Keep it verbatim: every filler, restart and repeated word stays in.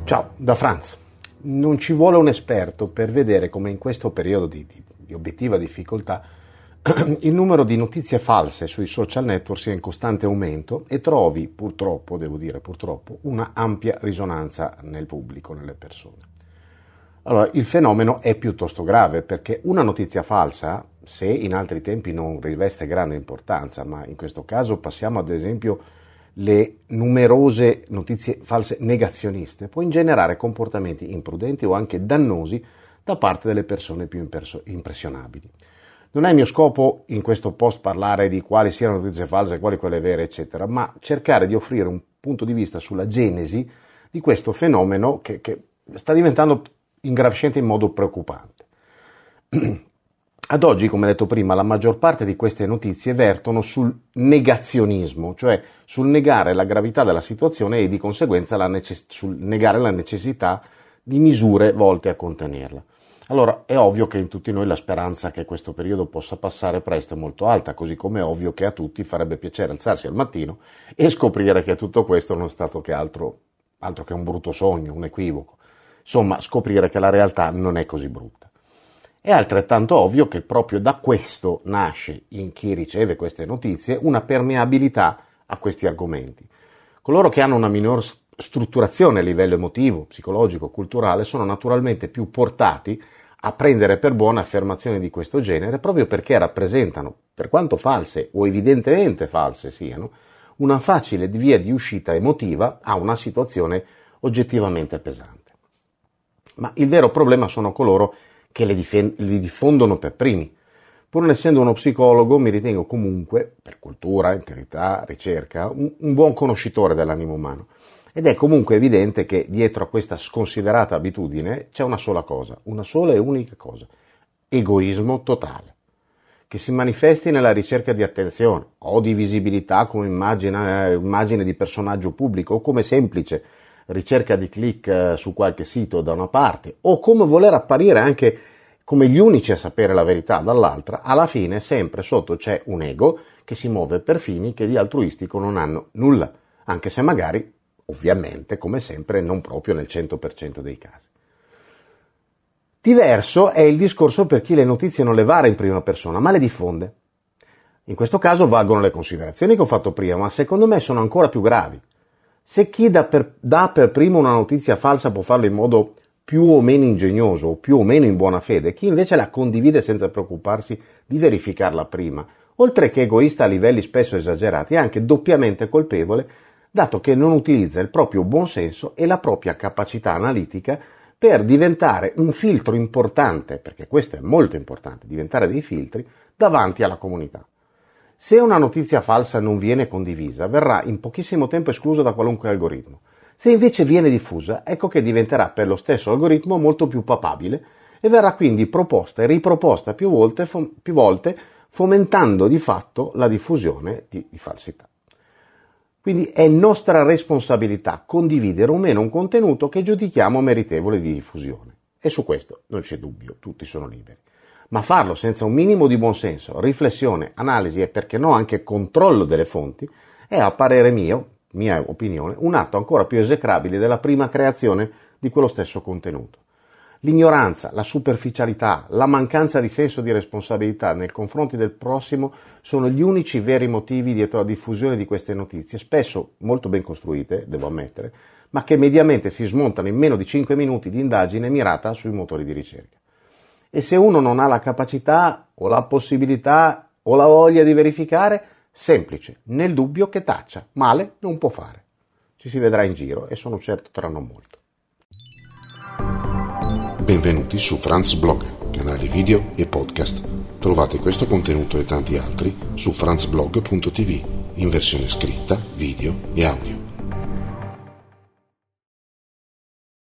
Ciao, da Franz. Non ci vuole un esperto per vedere come in questo periodo di, di, di obiettiva difficoltà il numero di notizie false sui social network sia in costante aumento e trovi, purtroppo, devo dire purtroppo, una ampia risonanza nel pubblico, nelle persone. Allora, il fenomeno è piuttosto grave perché una notizia falsa, se in altri tempi non riveste grande importanza, ma in questo caso passiamo ad esempio le numerose notizie false negazioniste, può ingenerare comportamenti imprudenti o anche dannosi da parte delle persone più imperso- impressionabili. Non è mio scopo in questo post parlare di quali siano notizie false e quali quelle vere, eccetera, ma cercare di offrire un punto di vista sulla genesi di questo fenomeno che, che sta diventando ingravescente in modo preoccupante. Ad oggi, come detto prima, la maggior parte di queste notizie vertono sul negazionismo, cioè sul negare la gravità della situazione e di conseguenza la necess- sul negare la necessità di misure volte a contenerla. Allora, è ovvio che in tutti noi la speranza che questo periodo possa passare presto è molto alta, così come è ovvio che a tutti farebbe piacere alzarsi al mattino e scoprire che tutto questo non è stato che altro, altro che un brutto sogno, un equivoco. Insomma, scoprire che la realtà non è così brutta. È altrettanto ovvio che proprio da questo nasce in chi riceve queste notizie una permeabilità a questi argomenti. Coloro che hanno una minor strutturazione a livello emotivo, psicologico, culturale sono naturalmente più portati a prendere per buone affermazioni di questo genere proprio perché rappresentano, per quanto false o evidentemente false siano, una facile via di uscita emotiva a una situazione oggettivamente pesante. Ma il vero problema sono coloro che le difend- li diffondono per primi. Pur non essendo uno psicologo, mi ritengo comunque, per cultura, integrità, ricerca, un, un buon conoscitore dell'animo umano. Ed è comunque evidente che dietro a questa sconsiderata abitudine c'è una sola cosa, una sola e unica cosa: egoismo totale, che si manifesti nella ricerca di attenzione o di visibilità come immagine, immagine di personaggio pubblico o come semplice ricerca di click su qualche sito da una parte o come voler apparire anche come gli unici a sapere la verità dall'altra. Alla fine sempre sotto c'è un ego che si muove per fini che di altruistico non hanno nulla, anche se magari, ovviamente, come sempre, non proprio nel cento per cento dei casi. Diverso è il discorso per chi le notizie non le vara in prima persona, ma le diffonde. In questo caso valgono le considerazioni che ho fatto prima, ma secondo me sono ancora più gravi. Se chi dà per, dà per primo una notizia falsa può farlo in modo più o meno ingegnoso o più o meno in buona fede, chi invece la condivide senza preoccuparsi di verificarla prima, oltre che egoista a livelli spesso esagerati, è anche doppiamente colpevole, dato che non utilizza il proprio buonsenso e la propria capacità analitica per diventare un filtro importante, perché questo è molto importante, diventare dei filtri davanti alla comunità. Se una notizia falsa non viene condivisa, verrà in pochissimo tempo esclusa da qualunque algoritmo. Se invece viene diffusa, ecco che diventerà per lo stesso algoritmo molto più papabile e verrà quindi proposta e riproposta più volte, fom- più volte fomentando di fatto la diffusione di, di falsità. Quindi è nostra responsabilità condividere o meno un contenuto che giudichiamo meritevole di diffusione. E su questo non c'è dubbio, tutti sono liberi. Ma farlo senza un minimo di buonsenso, riflessione, analisi e perché no anche controllo delle fonti è, a parere mio, mia opinione, un atto ancora più esecrabile della prima creazione di quello stesso contenuto. L'ignoranza, la superficialità, la mancanza di senso di responsabilità nei confronti del prossimo sono gli unici veri motivi dietro la diffusione di queste notizie, spesso molto ben costruite, devo ammettere, ma che mediamente si smontano in meno di cinque minuti di indagine mirata sui motori di ricerca. E se uno non ha la capacità o la possibilità o la voglia di verificare, semplice, nel dubbio che taccia, male non può fare. Ci si vedrà in giro e sono certo tra non molto. Benvenuti su Franz Blog, canale video e podcast. Trovate questo contenuto e tanti altri su franzblog punto tv in versione scritta, video e audio.